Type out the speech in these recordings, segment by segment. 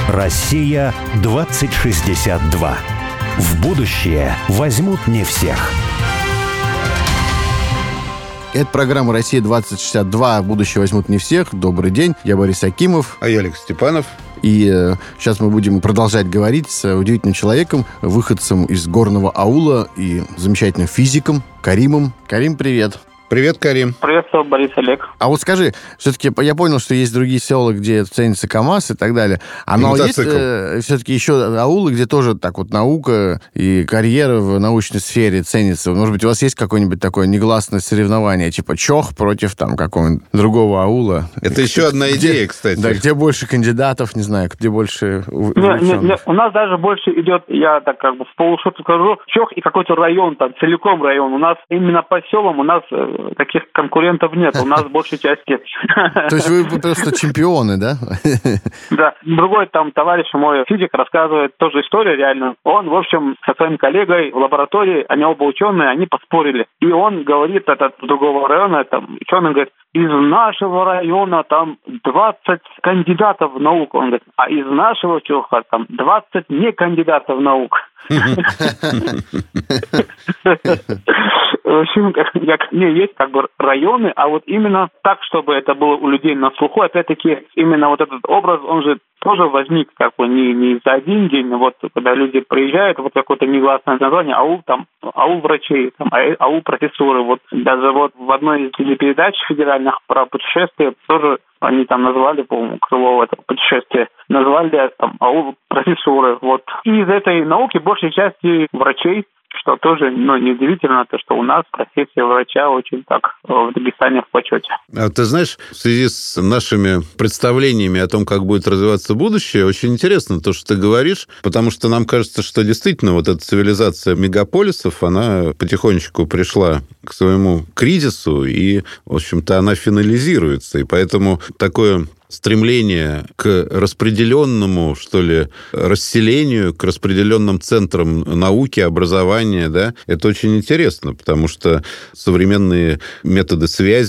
Россия 2062. В будущее возьмут не всех. Это программа «Россия-2062. Будущее возьмут не всех». Добрый день. Я Борис Акимов. А я Алекс Степанов. И сейчас мы будем продолжать говорить с удивительным человеком, выходцем из горного аула и замечательным физиком Каримом. Карим, привет. Привет, Карим. Приветствую, Борис, Олег. А вот скажи, все-таки я понял, что есть другие села, где ценится КамАЗ и так далее. Но есть все-таки еще аулы, где тоже так вот наука и карьера в научной сфере ценится. Может быть, у вас есть какое-нибудь такое негласное соревнование, типа ЧОХ против там какого-нибудь другого аула? Это еще одна идея, кстати. Да, где больше кандидатов, не знаю, где больше Нет, у нас даже больше идет, я так как бы в полушутку скажу, ЧОХ и какой-то район, там, целиком район. У нас именно по селам у нас таких конкурентов нет, у нас большей части. То есть вы просто чемпионы, да? Да. Другой там товарищ мой, физик, рассказывает тоже историю реально. Он, в общем, со своим коллегой в лаборатории, они оба ученые, они поспорили. И он говорит, этот другого района, там, ученый говорит, из нашего района там 20 кандидатов в науку. Он говорит, а из нашего ЧОХа там 20 не кандидатов в науку. В общем, есть как бы районы, а вот именно так, чтобы это было у людей на слуху, опять-таки, именно вот этот образ, он же тоже возник как бы не за один день, вот когда люди приезжают, вот какое-то негласное название, аул там, аул врачей, там, аул профессуры, вот даже вот в одной из телепередач федеральных про путешествия тоже они там назвали, по-моему, крыло этого путешествия, назвали там аул профессуры, вот. И из этой науки большей части врачей, что тоже, неудивительно, то, что у нас профессия врача очень так в Дагестане в почете. А ты знаешь, в связи с нашими представлениями о том, как будет развиваться будущее, очень интересно то, что ты говоришь, потому что нам кажется, что действительно вот эта цивилизация мегаполисов, она потихонечку пришла к своему кризису, и, в общем-то, она финализируется. И поэтому такое стремление к распределенному, что ли, расселению, к распределенным центрам науки, образования, да, это очень интересно, потому что современные методы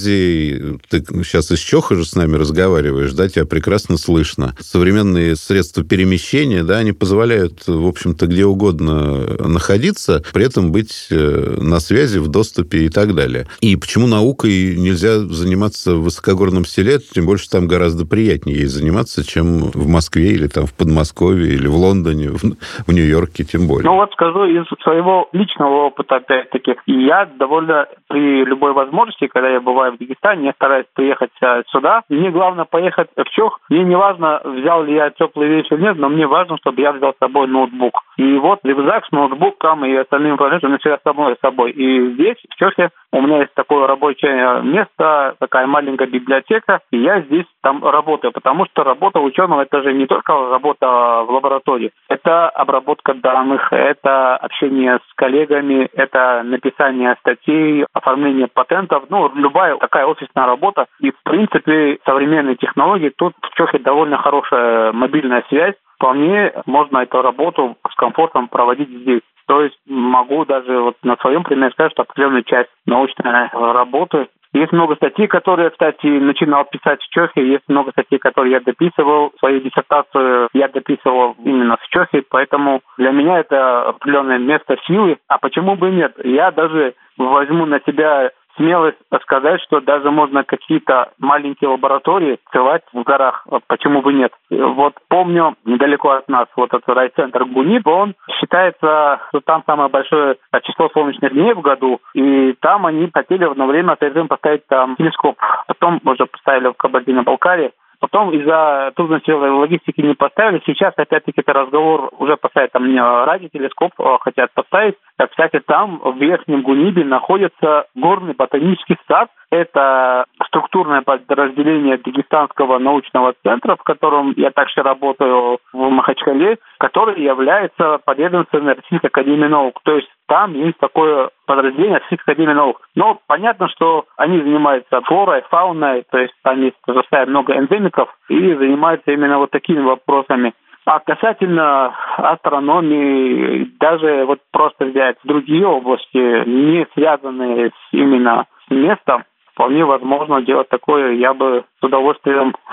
связи, ты сейчас из ЧОХа же с нами разговариваешь, да, тебя прекрасно слышно. Современные средства перемещения, да, они позволяют, в общем-то, где угодно находиться, при этом быть на связи, в доступе и так далее. И почему наукой нельзя заниматься в высокогорном селе, тем больше там гораздо приятнее ей заниматься, чем в Москве или там в Подмосковье, или в Лондоне, в Нью-Йорке, тем более. Вот скажу из своего личного опыта, опять-таки, я довольно при любой возможности, когда я бываю в Дагестане, я стараюсь приехать сюда. Мне главное поехать в ЧОХ. Мне не важно, взял ли я теплые вещи или нет, но мне важно, чтобы я взял с собой ноутбук. И вот рюкзак с ноутбуком и остальными информацией всегда с собой. И здесь, в ЧОХе, у меня есть такое рабочее место, такая маленькая библиотека, и я здесь там работаю, потому что работа ученого – это же не только работа в лаборатории, это обработка данных, это общение с коллегами, это написание статей, оформление патентов, любая такая офисная работа. И, в принципе, современные технологии, тут в ЧОХе довольно хорошая мобильная связь, вполне можно эту работу с комфортом проводить здесь. То есть могу даже вот на своем примере сказать, что определенную часть научной работы. Есть много статей, которые, кстати, начинал писать в ЧОХе, есть много статей, которые я дописывал. Свою диссертацию я дописывал именно в ЧОХе, поэтому для меня это определенное место силы. А почему бы и нет? Я даже возьму на себя смелость сказать, что даже можно какие-то маленькие лаборатории ссылать в горах. Почему бы нет? Вот помню, недалеко от нас, вот этот райцентр ГУНИП, он считается, что там самое большое число солнечных дней в году, и там они хотели в одно время поставить там телескоп. Потом уже поставили в Кабардино-Балкарии. Потом из-за трудностей логистики не поставили. Сейчас, опять-таки, это разговор уже поставить там не радиотелескоп, хотят поставить. Кстати, там в Верхнем Гунибе находится горный ботанический сад. Это структурное подразделение Дагестанского научного центра, в котором я также работаю в Махачкале, который является подведомственной Российской академии наук. То есть там есть такое подразделение Российской академии наук. Но понятно, что они занимаются флорой, фауной, то есть там есть много эндемиков и занимаются именно вот такими вопросами. А касательно астрономии, даже вот просто взять другие области, не связанные именно с местом, вполне возможно делать такое, я бы с удовольствием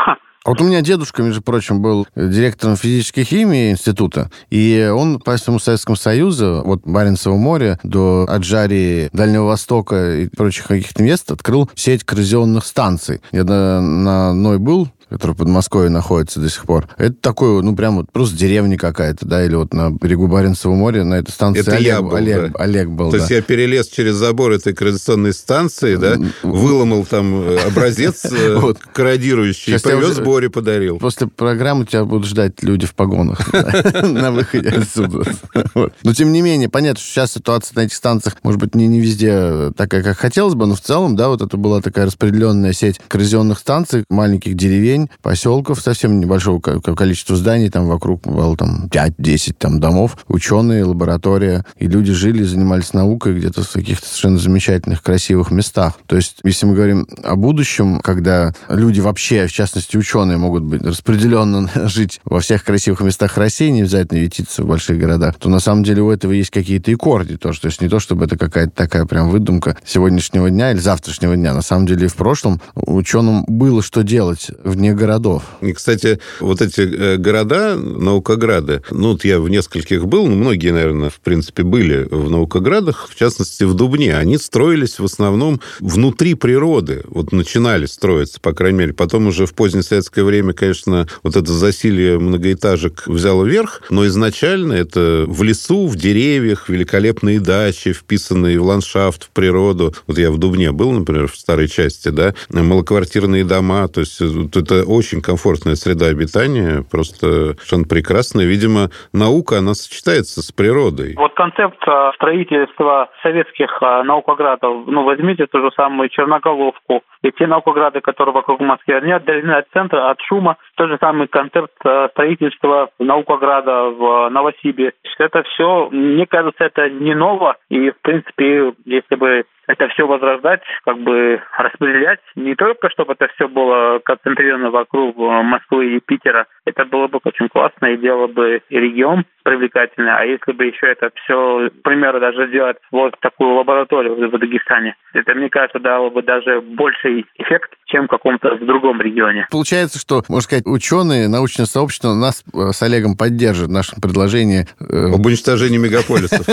Вот у меня дедушка, между прочим, был директором физической химии института, и он по всему Советскому Союзу, вот Баренцево море до Аджарии, Дальнего Востока и прочих каких-то мест открыл сеть коррозионных станций. Я на одной был, который в Подмосковье находится до сих пор. Это такой, прям вот просто деревня какая-то, да, или вот на берегу Баренцева моря на этой станции это Олег был, То есть я перелез через забор этой коррозионной станции, да, выломал там образец корродирующий, привез Боре, подарил. После программы тебя будут ждать люди в погонах на выходе отсюда. Но, тем не менее, понятно, что сейчас ситуация на этих станциях, может быть, не везде такая, как хотелось бы, но в целом, да, вот это была такая распределенная сеть коррозионных станций, маленьких деревень, поселков, совсем небольшого количества зданий, там вокруг было там 5-10 там домов, ученые, лаборатория, и люди жили, занимались наукой где-то в каких-то совершенно замечательных, красивых местах. То есть, если мы говорим о будущем, когда люди вообще, в частности, ученые, могут быть распределенно жить во всех красивых местах России, не обязательно ютиться в больших городах, то на самом деле у этого есть какие-то и корни тоже. То есть не то, чтобы это какая-то такая прям выдумка сегодняшнего дня или завтрашнего дня. На самом деле и в прошлом ученым было что делать вне городов. И, кстати, вот эти города, наукограды, вот я в нескольких был, многие, наверное, в принципе, были в наукоградах, в частности, в Дубне. Они строились в основном внутри природы. Вот начинали строиться, по крайней мере. Потом уже в позднее советское время, конечно, вот это засилье многоэтажек взяло верх, но изначально это в лесу, в деревьях, великолепные дачи, вписанные в ландшафт, в природу. Вот я в Дубне был, например, в старой части, да, малоквартирные дома, то есть это очень комфортная среда обитания, просто совершенно прекрасная. Видимо, наука, она сочетается с природой. Вот концепт строительства советских наукоградов, возьмите ту же самую Черноголовку, и те наукограды, которые вокруг Москвы, они отдалены от центра, от шума. Тот же самый концепт строительства наукограда в Новосибе. Это все, мне кажется, это не ново, и, в принципе, если бы это все возрождать, распределять, не только чтобы это все было концентрировано вокруг Москвы и Питера, это было бы очень классно и делало бы и регион привлекательный, а если бы еще это все, к примеру, даже сделать вот такую лабораторию в Дагестане, это, мне кажется, дало бы даже больший эффект, чем в каком-то другом регионе. Получается, что, можно сказать, ученые, научное сообщество нас с Олегом поддержит в нашем предложении. Об уничтожении мегаполисов.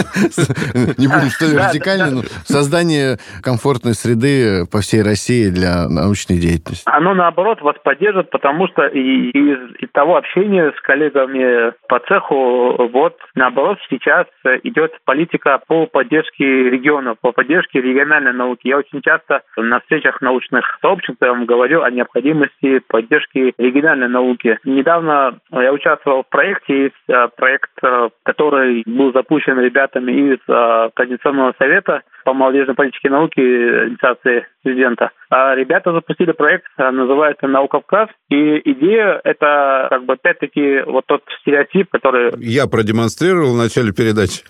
Не будем что-то радикально, но создание комфортной среды по всей России для научной деятельности. Оно, наоборот, вас поддержит, потому что из того общения с коллегами по цеху, наоборот, сейчас идет политика по поддержке регионов, по поддержке региональной науки. Я очень часто на встречах научных сообществ говорю о необходимости поддержки региональной науки. Недавно я участвовал в проекте, проект, который был запущен ребятами из Координационного совета по молодежной политике и науке инициации президента. Ребята запустили проект, называется «Наукавказ», и идея — это опять-таки вот тот стереотип, который... Я продемонстрировал в начале передачи.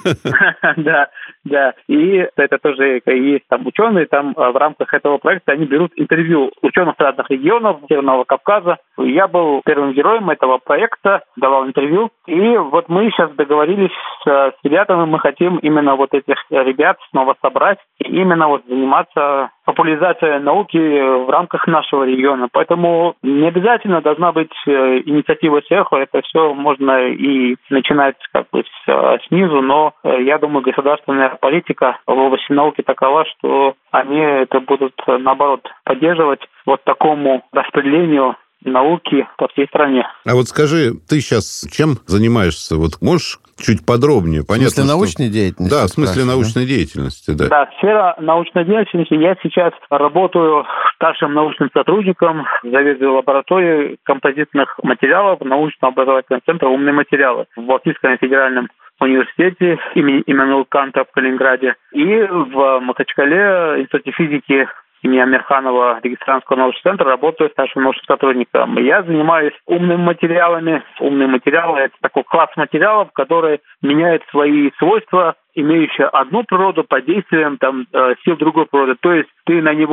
Да. И это тоже есть там ученые, там в рамках этого проекта они берут интервью ученых разных регионов Северного Кавказа. Я был первым героем этого проекта, давал интервью, и вот мы сейчас договорились с ребятами, мы хотим именно вот этих ребят снова собрать и именно заниматься популяризацией науки в рамках нашего региона. Поэтому не обязательно должна быть инициатива сверху, это все можно и начинать снизу, но я думаю, государственная политика в области науки такова, что они это будут, наоборот, поддерживать вот такому распределению науки по всей стране. А вот скажи, ты сейчас чем занимаешься? Вот можешь чуть подробнее? Понятно, в смысле научной деятельности? Да, в смысле научной деятельности, да. Да, сфера научной деятельности. Я сейчас работаю старшим научным сотрудником, заведую лабораторией композитных материалов научно-образовательного центра «Умные материалы» в Балтийском федеральном университете имени Иммануила Канта в Калининграде и в Махачкале Институте физики имени Амирханова Регистраторского научного центра работаю старшим научным сотрудником. Я занимаюсь умными материалами. Умные материалы – это такой класс материалов, который меняет свои свойства, имеющие одну природу под действием сил другой природы. То есть ты на него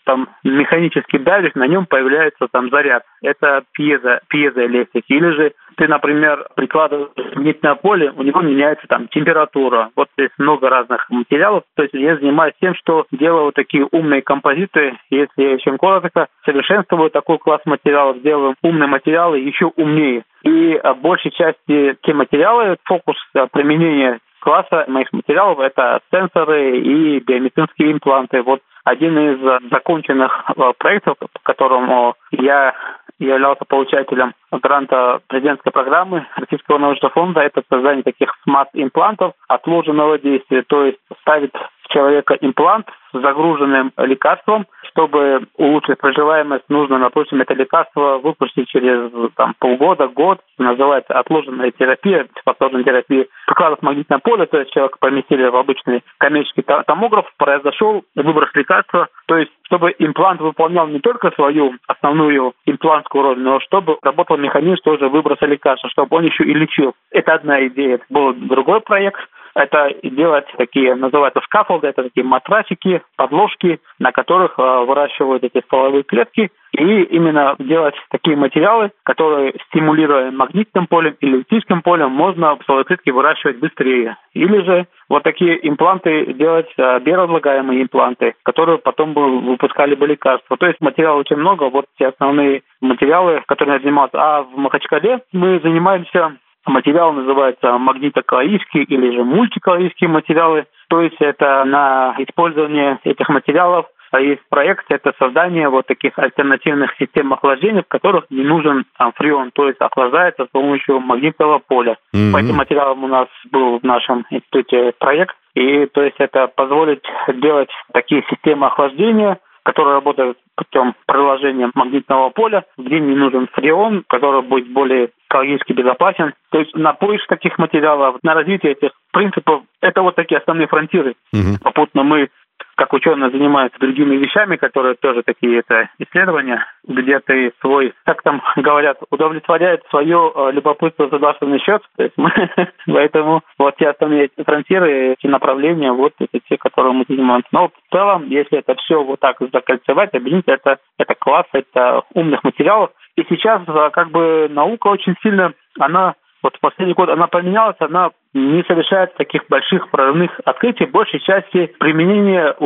там механически давишь, на нем появляется там заряд. Это пьезоэлектрик. Или же ты, например, прикладываешь магнитное поле, у него меняется там температура. Вот здесь много разных материалов. То есть я занимаюсь тем, что делаю вот такие умные композиты. Если очень коротко, совершенствую такой класс материалов, делаю умные материалы еще умнее. И большей части те материалы, фокус применения класса моих материалов – это сенсоры и биомедицинские импланты. Вот один из законченных проектов, по которому я являлся получателем гранта президентской программы Российского научного фонда, это создание таких смарт-имплантов отложенного действия, то есть ставить в человека имплант с загруженным лекарством, чтобы улучшить проживаемость, нужно, допустим, это лекарство выпустить через полгода, год, называется отложенная терапия, повторная терапия. Прикладывают магнитное поле, то есть человека поместили в обычный коммерческий томограф, произошел выброс лекарства, то есть чтобы имплант выполнял не только свою основную имплантскую роль, но чтобы работал механизм тоже выброса лекарства, чтобы он еще и лечил. Это одна идея. Это был другой проект. Это делать такие, называются скафолды, это такие матрасики, подложки, на которых выращивают эти стволовые клетки. И именно делать такие материалы, которые, стимулируя магнитным полем или электрическим полем, можно стволовые клетки выращивать быстрее. Или же вот такие импланты делать, биоразлагаемые импланты, которые потом выпускали бы лекарства. То есть материалов очень много, вот те основные материалы, которыми я занимался. А в Махачкале мы занимаемся... Материал называется магнитокалорийские или же мультикалорийские материалы. То есть это на использование этих материалов есть проект, это создание вот таких альтернативных систем охлаждения, в которых не нужен фреон, то есть охлаждается с помощью магнитного поля. По этим материалам у нас был в нашем институте проект. И то есть это позволит делать такие системы охлаждения, которые работают путем приложения магнитного поля, где не нужен фреон, который будет более экологически безопасен. То есть на поиск таких материалов, на развитие этих принципов, это вот такие основные фронтиры. Попутно мы, как ученые, занимаются другими вещами, которые тоже такие это исследования, где ты свой, как там говорят, удовлетворяет свое любопытство за собственный счет. То есть мы, поэтому вот те основные фронтиры, эти направления, вот это те, которые мы занимаемся. Но в целом, если это все вот так закольцевать, объединить, это класс, это умных материалов. И сейчас как бы наука очень сильно, она вот в последний год она поменялась, она не совершает таких больших прорывных открытий. В большей части применение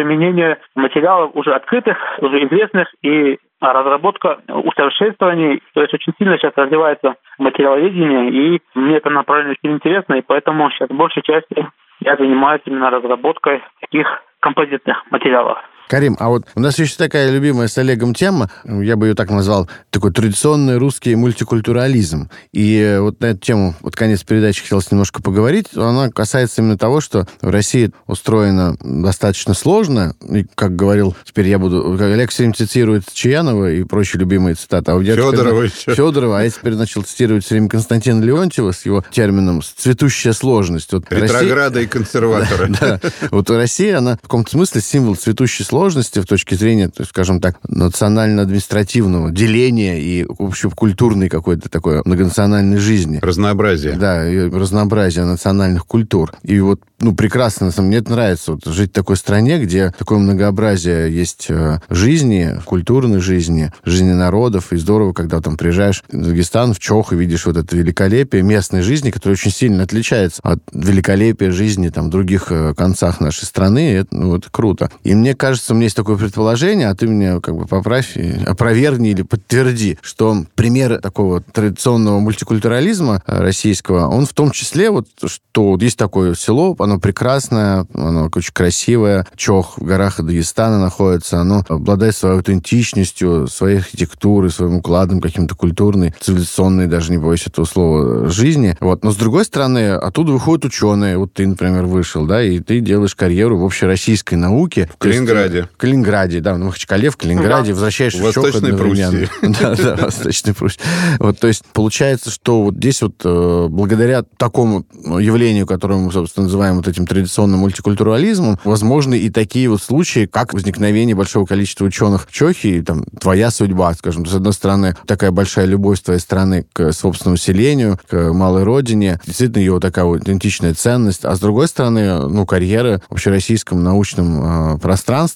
материалов уже открытых, уже известных, и разработка усовершенствований. То есть очень сильно сейчас развивается материаловедение, и мне это направление очень интересно, и поэтому сейчас в большей части я занимаюсь именно разработкой таких композитных материалов. Карим, а вот у нас еще такая любимая с Олегом тема, я бы ее так назвал, такой традиционный русский мультикультурализм. И вот на эту тему, вот конец передачи хотелось немножко поговорить. Она касается именно того, что в России устроено достаточно сложно. И, как говорил, теперь я буду... Олег все время цитирует Чаянова и прочие любимые цитаты. А Федорова. А я теперь начал цитировать все время Константина Леонтьева с его термином «цветущая сложность». Вот ретрограды и консерваторы. Да. Вот Россия, она в каком-то смысле символ цветущей сложности в точке зрения, скажем так, национально-административного деления и общекультурной какой-то такой многонациональной жизни. Разнообразие. Да, и разнообразие национальных культур. И вот, прекрасно, мне это нравится, вот, жить в такой стране, где такое многообразие есть жизни, культурной жизни народов. И здорово, когда там приезжаешь в Дагестан, в Чох, и видишь вот это великолепие местной жизни, которое очень сильно отличается от великолепия жизни там в других концах нашей страны. Это круто. И мне кажется, у меня есть такое предположение, а ты меня поправь, опровергни или подтверди, что пример такого традиционного мультикультурализма российского, он в том числе, что есть такое село, оно прекрасное, оно очень красивое, Чох в горах Дагестана находится, оно обладает своей аутентичностью, своей архитектурой, своим укладом каким-то культурной, цивилизационной, даже не боюсь этого слова, жизни. Но с другой стороны, оттуда выходят ученые, вот ты, например, вышел, да, и ты делаешь карьеру в общероссийской науке. В Калининграде. В Калининграде, да, в Махачкале, в Калининграде, возвращаешься в Чох одновременно. Да, Восточной Пруссии. То есть получается, что вот здесь благодаря такому явлению, которое мы, собственно, называем этим традиционным мультикультурализмом, возможны и такие случаи, как возникновение большого количества ученых в Чехии, там, твоя судьба, скажем. С одной стороны, такая большая любовь с твоей стороны к собственному селению, к малой родине, действительно его такая аутентичная ценность, а с другой стороны, карьера в общероссийском научном пространстве,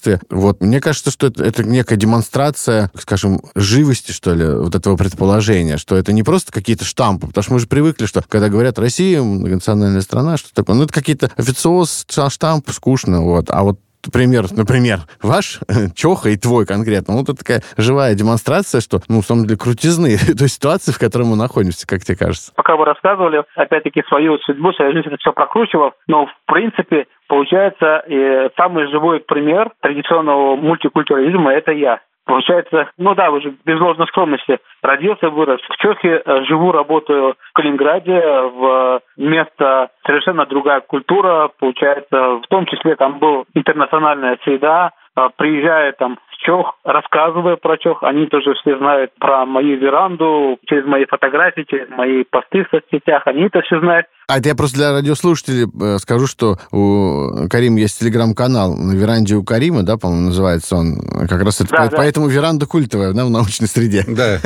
путешествия. Вот, мне кажется, что это некая демонстрация, скажем, живости, что ли, вот этого предположения, что это не просто какие-то штампы, потому что мы же привыкли, что когда говорят «Россия, многонациональная страна», что такое, это какие-то официоз, штамп, скучно, вот. А вот например, ваш Чоха и твой конкретно, это такая живая демонстрация, что, в самом деле, крутизны той ситуации, в которой мы находимся, как тебе кажется? Пока вы рассказывали, опять-таки, свою судьбу, свою жизнь, это все прокручивал, но, в принципе, получается, самый живой пример традиционного мультикультурализма – это я. Получается, уже без ложной скромности. Родился, вырос в Чехе, живу, работаю в Калининграде, в место совершенно другая культура. Получается, в том числе там была интернациональная среда. Приезжаю там в Чох, рассказываю про Чох. Они тоже все знают про мою веранду, через мои фотографии, через мои посты в соцсетях. Они это все знают. А это я просто для радиослушателей скажу, что у Карима есть телеграм-канал «На веранде у Карима», да, по-моему, называется он. Как раз это поэтому веранда культовая, в научной среде. Да.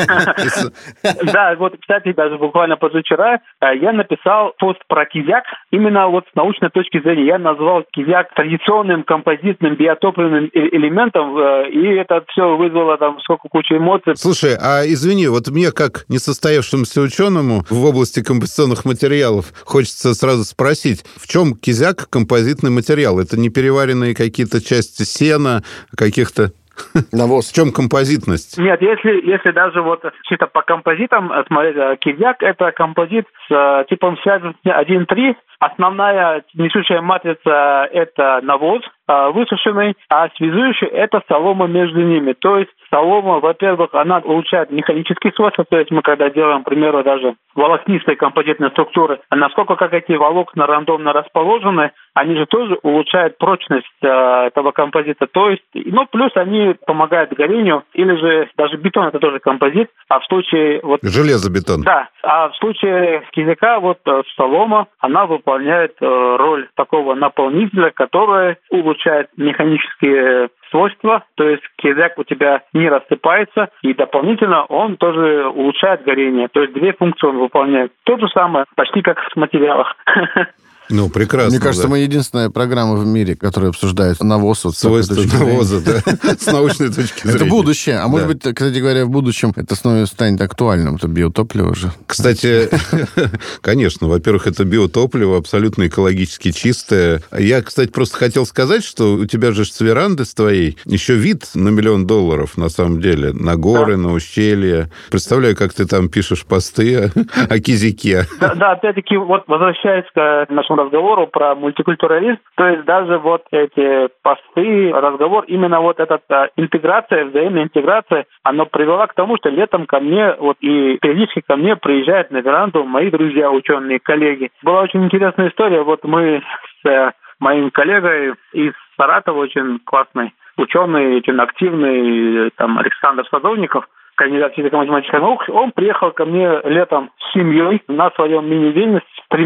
Да, кстати, даже буквально позавчера я написал пост про кизяк. Именно с научной точки зрения я назвал кизяк традиционным композитным биотопливным элементом, и это все вызвало кучу эмоций. Слушай, а извини, мне как несостоявшемуся ученому в области композиционных материалов хочется сразу спросить, в чем кизяк композитный материал? Это не переваренные какие-то части сена, каких-то... Навоз. В чем композитность? Нет, если даже чисто по композитам смотреть, кизяк – это композит с типом связи 1.3. Основная несущая матрица – это навоз высушенный, а связующий – это солома между ними. То есть солома, во-первых, она улучшает механические свойства, то есть мы когда делаем, к примеру, даже волокнистые композитные структуры, насколько как эти волокна рандомно расположены, они же тоже улучшают прочность этого композита. То есть, плюс они помогают горению, или же даже бетон – это тоже композит, а в случае... Железобетон. Да, а в случае кизяка солома, она выполняет роль такого наполнителя, который улучшает механические свойства, то есть кизяк у тебя не рассыпается, и дополнительно он тоже улучшает горение. То есть две функции он выполняет. То же самое, почти как в материалах. Прекрасно. Мне кажется, мы единственная программа в мире, которая обсуждает навоз. Свойства навоза, да, с научной точки зрения. Это будущее. А может быть, кстати говоря, в будущем это снова станет актуальным. Это биотопливо же. Кстати, конечно, во-первых, это биотопливо абсолютно экологически чистое. Я, кстати, просто хотел сказать, что у тебя же с веранды с твоей еще вид на $1 миллион, на самом деле, на горы, на ущелья. Представляю, как ты там пишешь посты о кизяке. Да, опять-таки, возвращаясь к нашему разговору про мультикультурализм, то есть даже эти посты, разговор, именно эта интеграция, взаимная интеграция, она привела к тому, что летом ко мне, и периодически ко мне приезжают на веранду мои друзья, ученые, коллеги. Была очень интересная история. Мы с моим коллегой из Саратова, очень классный ученый, очень активный, Александр Садовников, кандидат физико-математических наук, он приехал ко мне летом с семьей на своем мини-вене с 3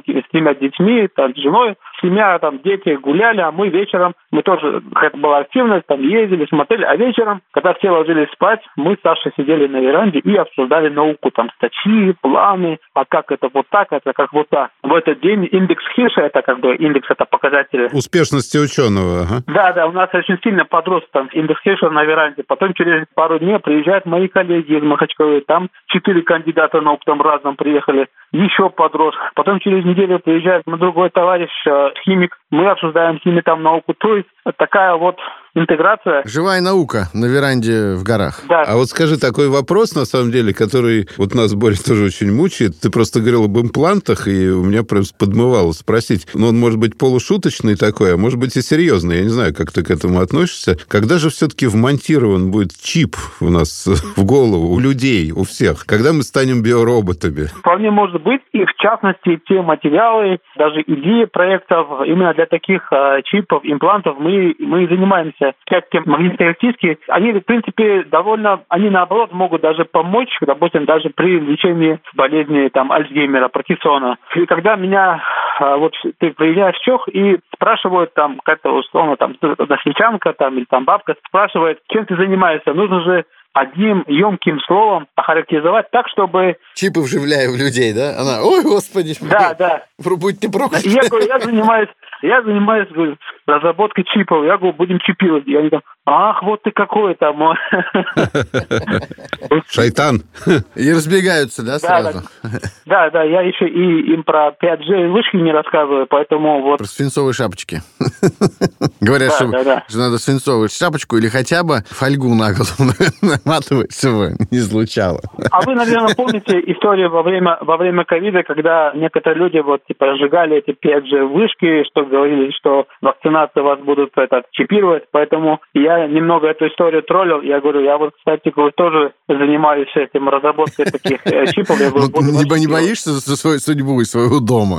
детьми, с женой. Семья, дети гуляли, а мы вечером, тоже, какая-то была активность, ездили, смотрели, а вечером, когда все ложились спать, мы с Сашей сидели на веранде и обсуждали науку, статьи, планы, а как это так, это как так. В этот день индекс Хирша, это индекс, это показатель успешности ученого. Ага. Да, у нас очень сильно подрос индекс Хирша на веранде. Потом через пару дней приезжают мои коллеги из Махачкалы, там 4 кандидата наук разом приехали, еще подрос. Потом через неделю приезжает другой товарищ, химик, мы обсуждаем с ними науку. То есть такая интеграция. Живая наука на веранде в горах. Да. А скажи, такой вопрос, на самом деле, который нас, Борис, тоже очень мучает. Ты просто говорил об имплантах, и у меня просто подмывало спросить. Он может быть полушуточный такой, а может быть и серьезный. Я не знаю, как ты к этому относишься. Когда же все-таки вмонтирован будет чип у нас в голову, у людей, у всех? Когда мы станем биороботами? Вполне может быть. И, в частности, те материалы, даже идеи проектов, именно для таких чипов, имплантов мы и занимаемся. Всякие магнитоэлектронные, они, в принципе, они, наоборот, могут даже помочь, допустим, даже при лечении болезни Альцгеймера, Паркинсона. И когда меня, ты приезжаешь в Чох и спрашивают, какая-то, условно, односельчанка, или бабка спрашивает, чем ты занимаешься, нужно же одним емким словом охарактеризовать так, чтобы... Чипы вживляю в людей, да? Она, ой, господи, да. Будь ты проклят. Я занимаюсь я занимаюсь, говорю, разработкой чипов. Я говорю, будем чипировать. И они там, ах, вот ты какой там. Шайтан. И разбегаются, да, сразу? Да, я еще и им про 5G вышки не рассказываю, поэтому вот... Про свинцовые шапочки. Говорят, что надо свинцовую шапочку или хотя бы фольгу на голову наматывать, чтобы не излучало. А вы, наверное, помните историю во время ковида, когда некоторые люди вот типа сжигали эти 5G вышки, что говорили, что вакцинация вас будут чипировать, поэтому я немного эту историю троллил. Я говорю, я вот, кстати, тоже занимаюсь этим разработкой таких чипов. Я говорю, не боишься за свою судьбу и своего дома?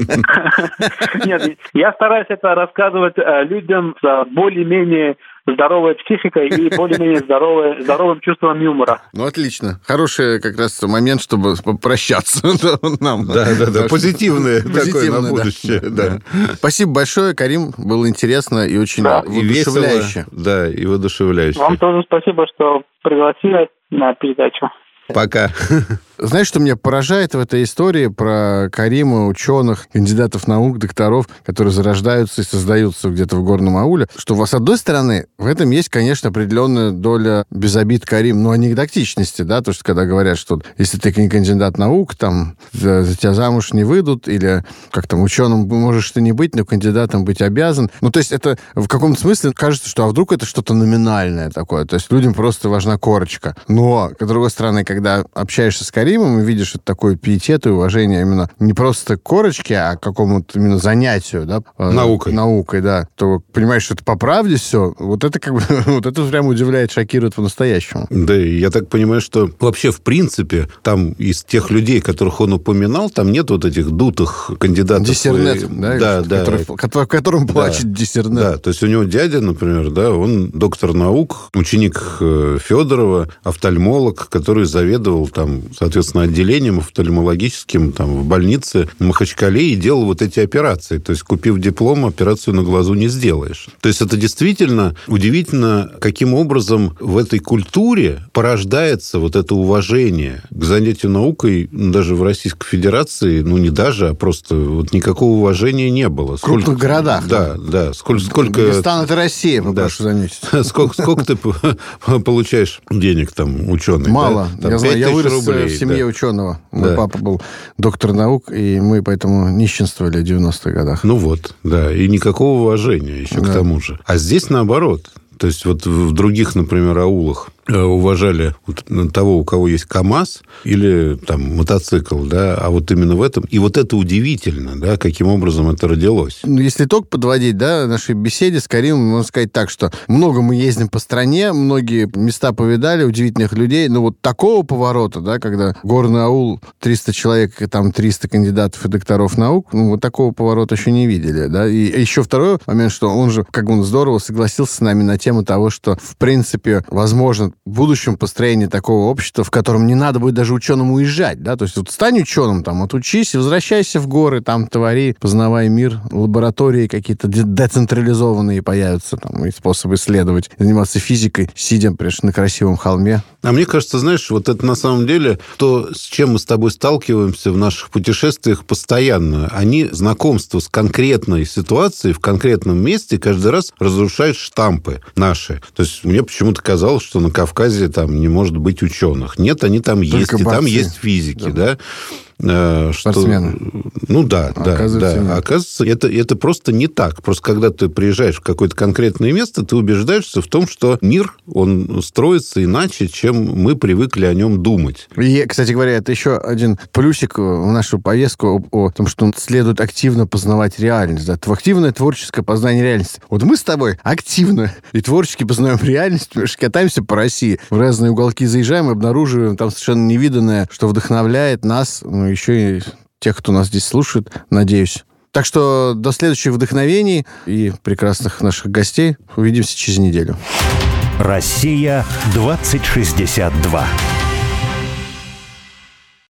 Нет, я стараюсь это рассказывать людям с более-менее здоровой психикой и более-менее здоровым чувством юмора. Ну, отлично. Хороший как раз момент, чтобы попрощаться нам. Да, позитивное такое на будущее. Да. Спасибо большое, Карим. Было интересно и очень воодушевляюще. Да, и воодушевляюще. Вам тоже спасибо, что пригласили на передачу. Пока. Знаешь, что меня поражает в этой истории про Карима, ученых, кандидатов наук, докторов, которые зарождаются и создаются где-то в горном ауле, что, с одной стороны, в этом есть, конечно, определенная доля без обид, Карим, но анекдотичности, да, то, что когда говорят, что если ты не кандидат наук, там, за тебя замуж не выйдут, или как там, ученым можешь ты не быть, но кандидатом быть обязан. Ну, то есть это в каком-то смысле кажется, что а вдруг это что-то номинальное такое, то есть людям просто важна корочка. Но, с другой стороны, когда общаешься с Каримом, и видишь это такое пиетет и уважение именно не просто к корочке, а к какому-то именно занятию, да? Наукой, да. То понимаешь, что это по правде все. Вот это как бы, вот это прямо удивляет, шокирует по-настоящему. Да, и я так понимаю, что вообще, в принципе, там из тех людей, которых он упоминал, там нет вот этих дутых кандидатов. Диссернет, да? Которым плачет диссернет. Да, то есть у него дядя, например, да, он доктор наук, ученик Федорова, офтальмолог, который заведовал там, соответственно, отделением офтальмологическим там, в больнице в Махачкале и делал вот эти операции. То есть, купив диплом, операцию на глазу не сделаешь. То есть, это действительно удивительно, каким образом в этой культуре порождается вот это уважение к занятию наукой даже в Российской Федерации, ну, не даже, а просто вот никакого уважения не было. В крупных городах. Да. Сколько... Дагестан — это Россия, попрошу заметить. Сколько ты получаешь денег там, ученый? Мало. Да? Я знаю, я вырос в семье ученого. Мой папа был доктор наук, и мы поэтому нищенствовали в 90-х годах. Ну вот, да. И никакого уважения еще к тому же. А здесь наоборот. То есть вот в других, например, аулах уважали того, у кого есть КАМАЗ или там мотоцикл, да, а вот именно в этом. И вот это удивительно, да, каким образом это родилось. Если итог подводить, да, нашей беседе с Каримом, можно сказать так, что много мы ездим по стране, многие места повидали, удивительных людей, но вот такого поворота, да, когда горный аул, 300 человек, и там 300 кандидатов и докторов наук, ну, вот такого поворота еще не видели, да. И еще второй момент, что он же, как он здорово согласился с нами на тему того, что, в принципе, возможно, в будущем построение такого общества, в котором не надо будет даже ученым уезжать, да, то есть вот стань ученым, там, отучись и возвращайся в горы, там, твори, познавай мир, лаборатории какие-то децентрализованные появятся, там, и способы исследовать, заниматься физикой, сидя, прежде на красивом холме. А мне кажется, знаешь, вот это на самом деле то, с чем мы с тобой сталкиваемся в наших путешествиях постоянно. Они знакомство с конкретной ситуацией в конкретном месте каждый раз разрушают штампы наши. То есть мне почему-то казалось, что на Кавказе там не может быть ученых. Нет, они там только есть, борцы. И там есть физики, да. Спортсмены. Ну да. Оказывается, это просто не так. Просто когда ты приезжаешь в какое-то конкретное место, ты убеждаешься в том, что мир, он строится иначе, чем мы привыкли о нем думать. И, кстати говоря, это еще один плюсик в нашу поездку о том, что следует активно познавать реальность. Да? Активное творческое познание реальности. Вот мы с тобой активно и творчески познаем реальность, катаемся по России, в разные уголки заезжаем и обнаруживаем там совершенно невиданное, что вдохновляет нас, еще и тех, кто нас здесь слушает, надеюсь. Так что до следующих вдохновений и прекрасных наших гостей. Увидимся через неделю. Россия 2062.